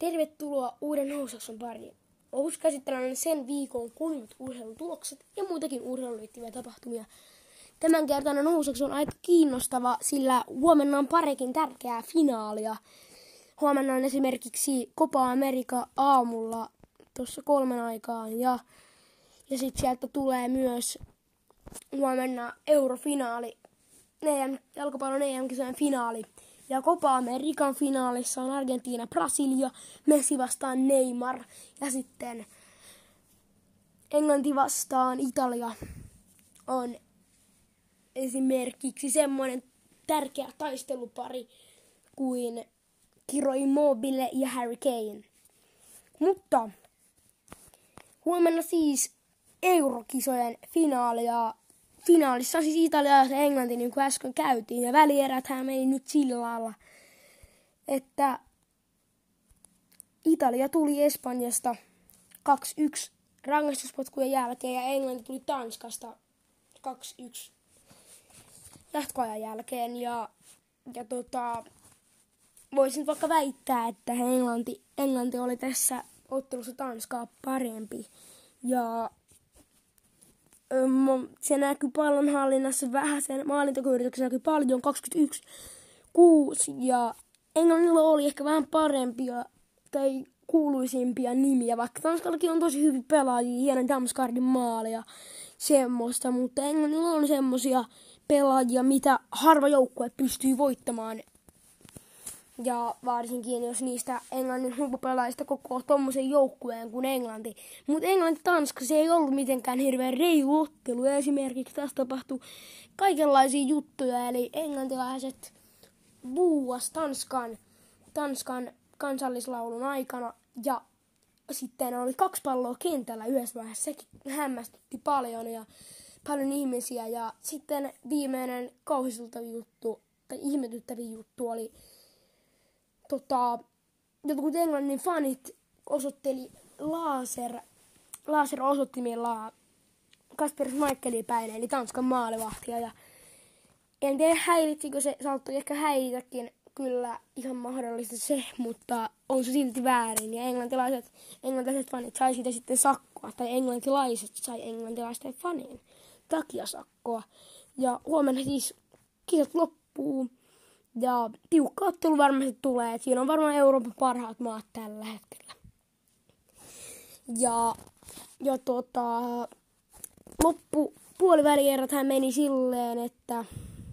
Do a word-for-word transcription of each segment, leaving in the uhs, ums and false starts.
Tervetuloa uuden Nousakson pariin. Ohus käsitellään sen viikon kovimmat urheilutulokset ja muitakin urheiluun liittyviä tapahtumia. Tämänkertainen Nousakso on aika kiinnostava, sillä huomenna on parikin tärkeää finaalia. Huomenna on esimerkiksi Copa America aamulla tuossa kolmen aikaan ja, ja sitten sieltä tulee myös huomenna eurofinaali, E M, jalkapallon E M-kisojen finaali. Ja Copa American finaalissa on Argentiina, Brasilia, Messi vastaan Neymar ja sitten Englanti vastaan Italia on esimerkiksi semmoinen tärkeä taistelupari kuin Ciro Immobile ja Harry Kane. Mutta huomenna siis eurokisojen finaalia. Finaalissa on siis Italia ja Englanti, niin kuin äsken käytiin. Ja välieräthän meni nyt sillä lailla, että Italia tuli Espanjasta kaksi yksi rangaistuspotkujen jälkeen ja Englanti tuli Tanskasta kaksi yksi jatkoajan jälkeen. Ja, ja tota, voisin vaikka väittää, että Englanti, Englanti oli tässä ottelussa Tanskaa parempi. Ja se näkyy pallonhallinnassa vähän, sen maalintekoyrityksessä näkyy paljon, kaksikymmentäyksi kuusi, ja Englannilla oli ehkä vähän parempia tai kuuluisimpia nimiä, vaikka Tanskallakin on tosi hyviä pelaajia, hieno Damsgaardin maali ja semmoista, mutta Englannilla on semmoisia pelaajia, mitä harva joukkue pystyy voittamaan. Ja varsinkin, jos niistä Englannin huippupelaajista koko tommosen joukkueen kuin Englanti. Mutta Englanti-Tanska, se ei ollut mitenkään hirveän reilu ottelu. Ja esimerkiksi tässä tapahtui kaikenlaisia juttuja. Eli englantilaiset buuas Tanskan, Tanskan kansallislaulun aikana. Ja sitten oli kaksi palloa kentällä yhdessä vaiheessa. Sekin hämmästytti paljon ja paljon ihmisiä. Ja sitten viimeinen kauhiselta juttu, tai ihmetyttävä juttu oli Tota, jotkut Englannin fanit osoitteli laser, laserosoittimillaan Kasper Schmeichelia päin, eli Tanskan maalivahtia. Ja en tiedä häiritsikö se, saattoi ehkä häiritäkin, kyllä ihan mahdollista se, mutta on se silti väärin. Ja englantilaiset, englantilaiset fanit sai siitä sitten sakkoa, tai englantilaiset sai englantilaisten fanien takia sakkoa. Ja huomenna siis kisat loppuu. Ja tiukka ottelu varmasti tulee. Et siinä on varmaan Euroopan parhaat maat tällä hetkellä. Ja, ja tota, loppu puolivälierät meni silleen, että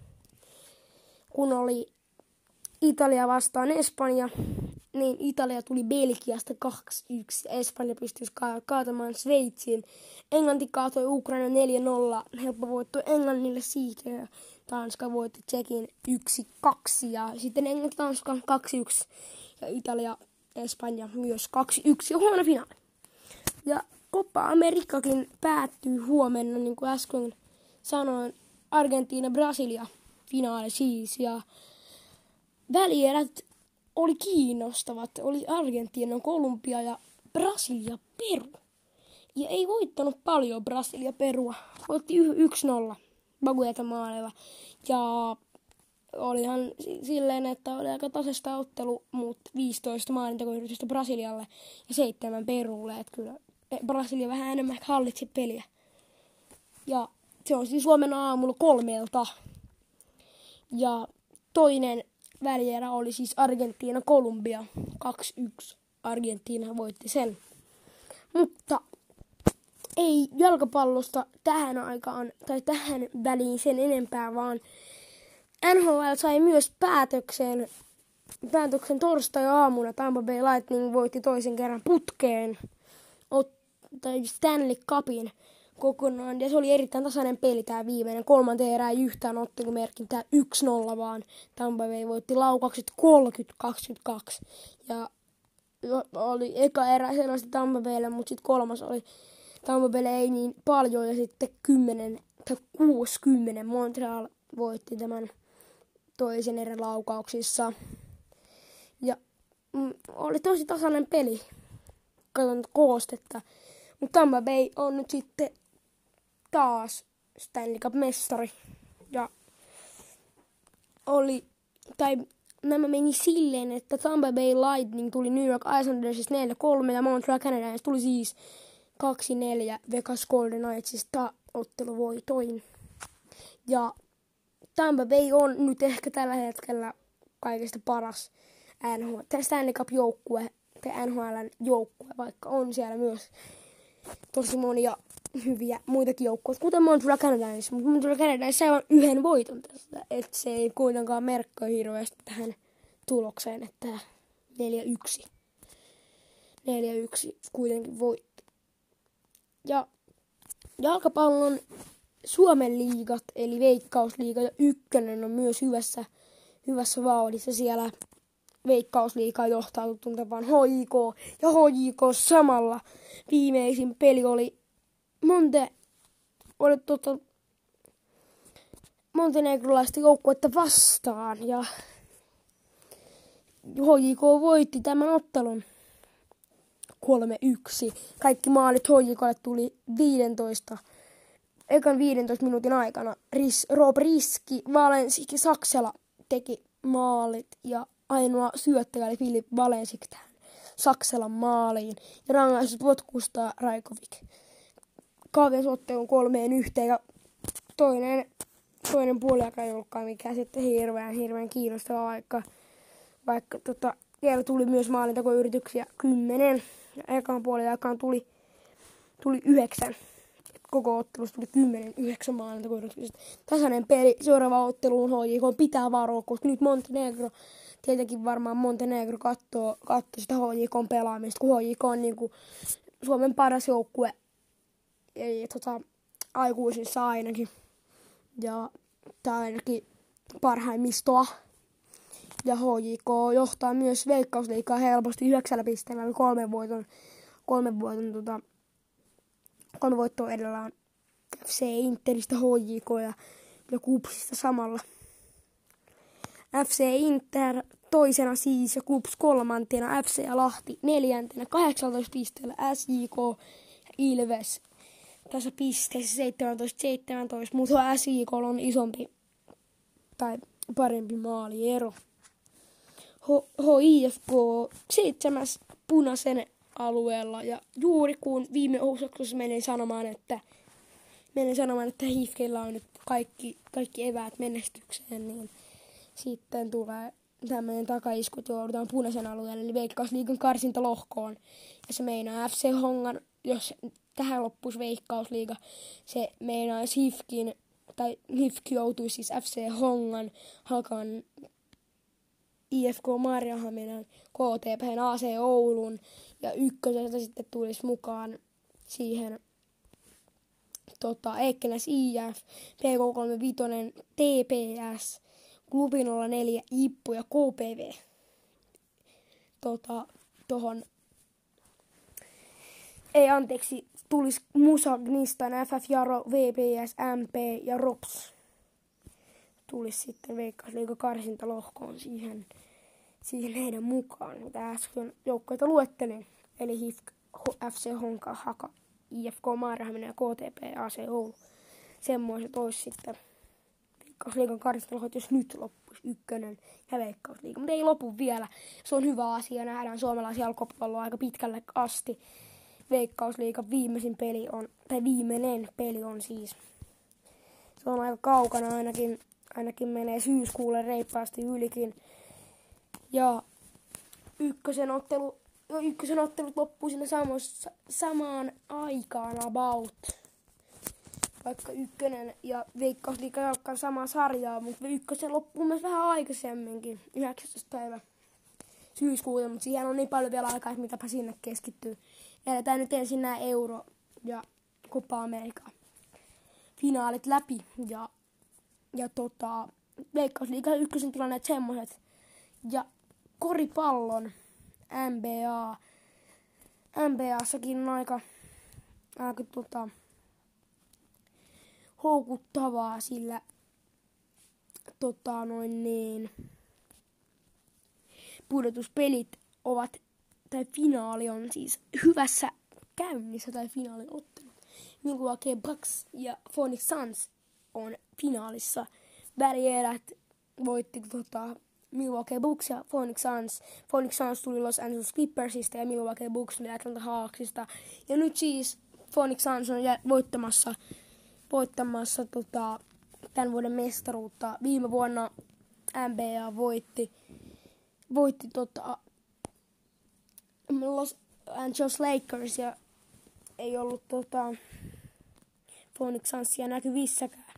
kun oli Italia vastaan Espanja, niin Italia tuli Belgiasta kaksi yksi. Espanja pystyi kaatamaan Sveitsiin. Englanti kaatoi Ukraina neljä nolla. Helppo voitto Englannille siitä. Ja Tanska voitti Tsekin yksi kaksi. Ja sitten Englanti Tanska kaksi yksi. Ja Italia Espanja myös kaksi yksi. Ja huomenna finaali. Ja Copa Americakin päättyy huomenna, niin kuin äsken sanoin. Argentiina Brasilia finaali siis. Ja välierät oli kiinnostavat. Oli Argentiina, Kolumbia ja Brasilia, Peru. Ja ei voittanut paljon Brasilia, Perua. Voitti yksi nolla Bagueta maalilla. Ja olihan silleen, että oli aika tasaista ottelu, mutta viisitoista maalintekoyritystä Brasilialle ja seitsemän Perulle. Että kyllä Brasilia vähän enemmän hallitsi peliä. Ja se on siis huomenna aamulla kolmelta. Ja toinen välierä oli siis Argentiina, Kolumbia. kaksi yksi. Argentiina voitti sen. Mutta ei jalkapallosta tähän aikaan tai tähän väliin sen enempää, vaan N H L sai myös päätöksen, päätöksen torstai-aamuna. Tampa Bay Lightning voitti toisen kerran putkeen ot, tai Stanley Cupin kokonaan. Ja se oli erittäin tasainen peli tämä viimeinen. Kolmanteen erään ei yhtään ottelumerkintää yksi nolla, vaan Tampa Bay voitti laukaukset kolmekymmentä kaksikymmentäkaksi. Ja oli eka erä sellaista Tampa Baylle, mutta sitten kolmas oli Tampa Baylle ei niin paljon. Ja sitten kymmenen tai kuusikymmentä Montreal voitti tämän toisen erän laukauksissa. Ja mm, oli tosi tasainen peli. Katson koostetta. Mutta Tampa Bay on nyt sitten taas Stanley Cup-mestari. Ja oli, tai nämä meni silleen, että Tampa Bay Lightning tuli New York Islandersista neljä kolme ja Montreal Canadiens tuli siis kaksi neljä Vegas Golden Knightsista otteluvoitoin. Ja Tampa Bay on nyt ehkä tällä hetkellä kaikista paras N H L, Stanley Cup-joukkue, N H L:n joukkue, vaikka on siellä myös tosi monia hyviä muitakin joukkueita, kuten Montreal Canadiens. Mutta Montreal Canadiens sai vain yhden voiton tästä, että se ei kuitenkaan merkkoi hirveästi tähän tulokseen, että neljä yksi. neljä yksi kuitenkin voitti. Ja jalkapallon Suomen liigat, eli Veikkausliiga ja Ykkönen on myös hyvässä, hyvässä vauhdissa. Siellä Veikkausliigaa johtaa tuttuun tapaan H J K ja H J K samalla. Viimeisin peli oli Monte, oli tota, montenegrolaista joukkuetta vastaan ja H J K voitti tämän ottelun kolme yksi. Kaikki maalit H J K:lle tuli viisitoista, ekan viidentoista minuutin aikana. Ris, Rob Riski, Valensik ja Saksela teki maalit ja ainoa syöttäjä oli Filip Valensik tähän Sakselan maaliin. Ja rangaistus potkusta Rajkovic kavensi ottelun kolmeen yhteen ja toinen, toinen puoliaika ei ollutkaan mikään sitten hirveän, hirveän kiinnostavaa, vaikka, vaikka tota, vielä tuli myös maalintakoyrityksiä kymmenen ja ekaan puoliaikaan tuli, tuli yhdeksän. Koko ottelusta tuli kymmenen, yhdeksän maalintakoyrityksiä. Tasainen peli, seuraava otteluun H J K pitää varoa, koska nyt Montenegro, tietenkin varmaan Montenegro katsoo, katsoo sitä H J K:n pelaamista, kun H J K on niin kuin Suomen paras joukkue. Ei, tota, aikuisissa ainakin. Ja tää ainakin parhaimmistoa. Ja H J K johtaa myös Veikkausliigaa helposti yhdeksällä pisteellä, eli kolmen voiton, kolmen voiton, tota, kolme voittoa edellä on F C Interistä, H J K ja, ja KuPSista samalla. F C Inter toisena siis ja KuPS kolmantena, F C Lahti neljäntenä, kahdeksantoista pisteellä S J K ja Ilves tässä pisteessä seitsemäntoista seitsemäntoista, mutta S J K on isompi tai parempi maaliero. H I F K seitsemäs punaisen alueella ja juuri kun viime osakkeessa menin sanomaan, että menin sanomaan, että H I F K:llä on nyt kaikki, kaikki eväät menestykseen, niin sitten tulee tämmöinen takaisku, että joudutaan punaisen alueelle, eli Veikkausliigan karsintalohkoon. Ja se meinaa F C Hongan, jos tähän loppuisi Veikkausliiga, se meinaa H I F Kin, tai H I F K joutuisi siis F C Hongan, Hakan, I F K Maarianhaminan, K T P:n, A C Oulun ja ykkösestä sitten tulisi mukaan siihen tota, Ekenäs I F, P K kolmekymmentäviisi, T P S, Klubi nolla neljä, Ippu ja K P V. Tota, tohon, ei anteeksi, tulisi Musa, Gnistan, F F Jaro, V P S, M P ja Rops. Tulisi sitten Veikkausliigan karsintalohkoon siihen, siihen heidän mukaan, mitä äsken joukkoita luettelin. Eli H I F K, F C Honka, Haka, I F K Maarianhamina ja K T P, A C Oulu. Semmoiset olisi sitten Veikkausliigan karsintalohkot, jos nyt loppuisi ykkönen ja Veikkausliiga. Mutta ei lopu vielä. Se on hyvä asia. Nähdään suomalaisia jalkapalloa aika pitkälle asti. Veikkausliigan viimeisin peli on, tai viimeinen peli on siis. Se on aika kaukana ainakin. Ainakin menee syyskuulle reippaasti ylikin. Ja ykkösen, ottelu, ykkösen ottelut loppuu siinä samassa, samaan aikaan about. Vaikka ykkönen ja Veikkausliiga jalkkaa samaa sarjaa, mutta ykkösen loppuu myös vähän aikaisemminkin. yhdeksästoista päivä syyskuuta, mutta siihen on niin paljon vielä aikaa, että mitäpä sinne keskittyy. Eletään nyt ensin nämä Euro- ja Copa America finaalit läpi ja Ja tota, Veikkausliiga ykkösen tilanneet semmoiset. Ja koripallon N B A. N B A:ssakin on aika, aika tota, houkuttavaa, sillä tota, noin niin, pudotuspelit ovat, tai finaali on siis hyvässä käynnissä, tai finaalin ottelu. Milwaukee Bucks ja Phoenix Suns on finaalissa. Välieriä voitti tota, Milwaukee Bucks ja Phoenix Suns. Phoenix Suns tuli Los Angeles Clippersista ja Milwaukee Bucks tuli Atlanta Hawksista. Ja nyt siis Phoenix Suns on voittamassa, voittamassa tota, tämän vuoden mestaruutta. Viime vuonna N B A voitti, voitti tota, Los Angeles Lakers ja ei ollut tota, Phoenix Sunsia näkyvissäkään.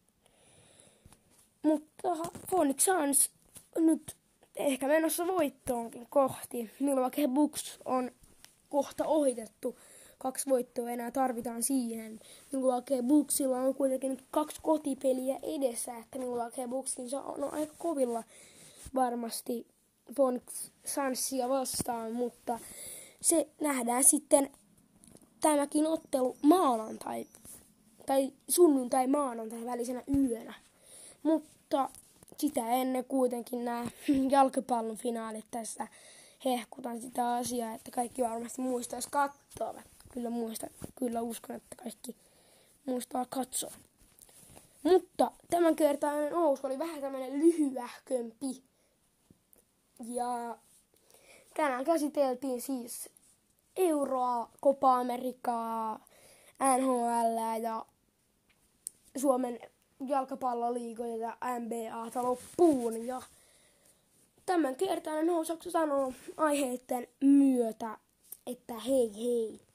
Mutta Phoenix Suns nyt ehkä menossa voittoonkin kohti. Milwaukee Bucks on kohta ohitettu. Kaksi voittoa enää tarvitaan siihen. Milwaukee Bucksilla on kuitenkin nyt kaksi kotipeliä edessä, että Milwaukee Buckskin on aika kovilla varmasti Phoenix Sunsia vastaan, mutta se nähdään sitten tämäkin ottelu maanantai tai sunnuntai maanantai välisenä yönä. Mutta sitä ennen kuitenkin nämä jalkapallon finaalit tässä hehkutan sitä asiaa, että kaikki varmasti muistaisi katsoa. Kyllä muista, kyllä uskon, että kaikki muistaa katsoa. Mutta tämänkertainen nousu oli vähän tämmöinen lyhyähkömpi. Ja tänään käsiteltiin siis Euroa, Copa Americaa, N H L ja Suomen jalkapalloliigoja ja N B A:ta loppuun. Ja tämänkertainen nousu sanoo aiheiden myötä, että hei hei.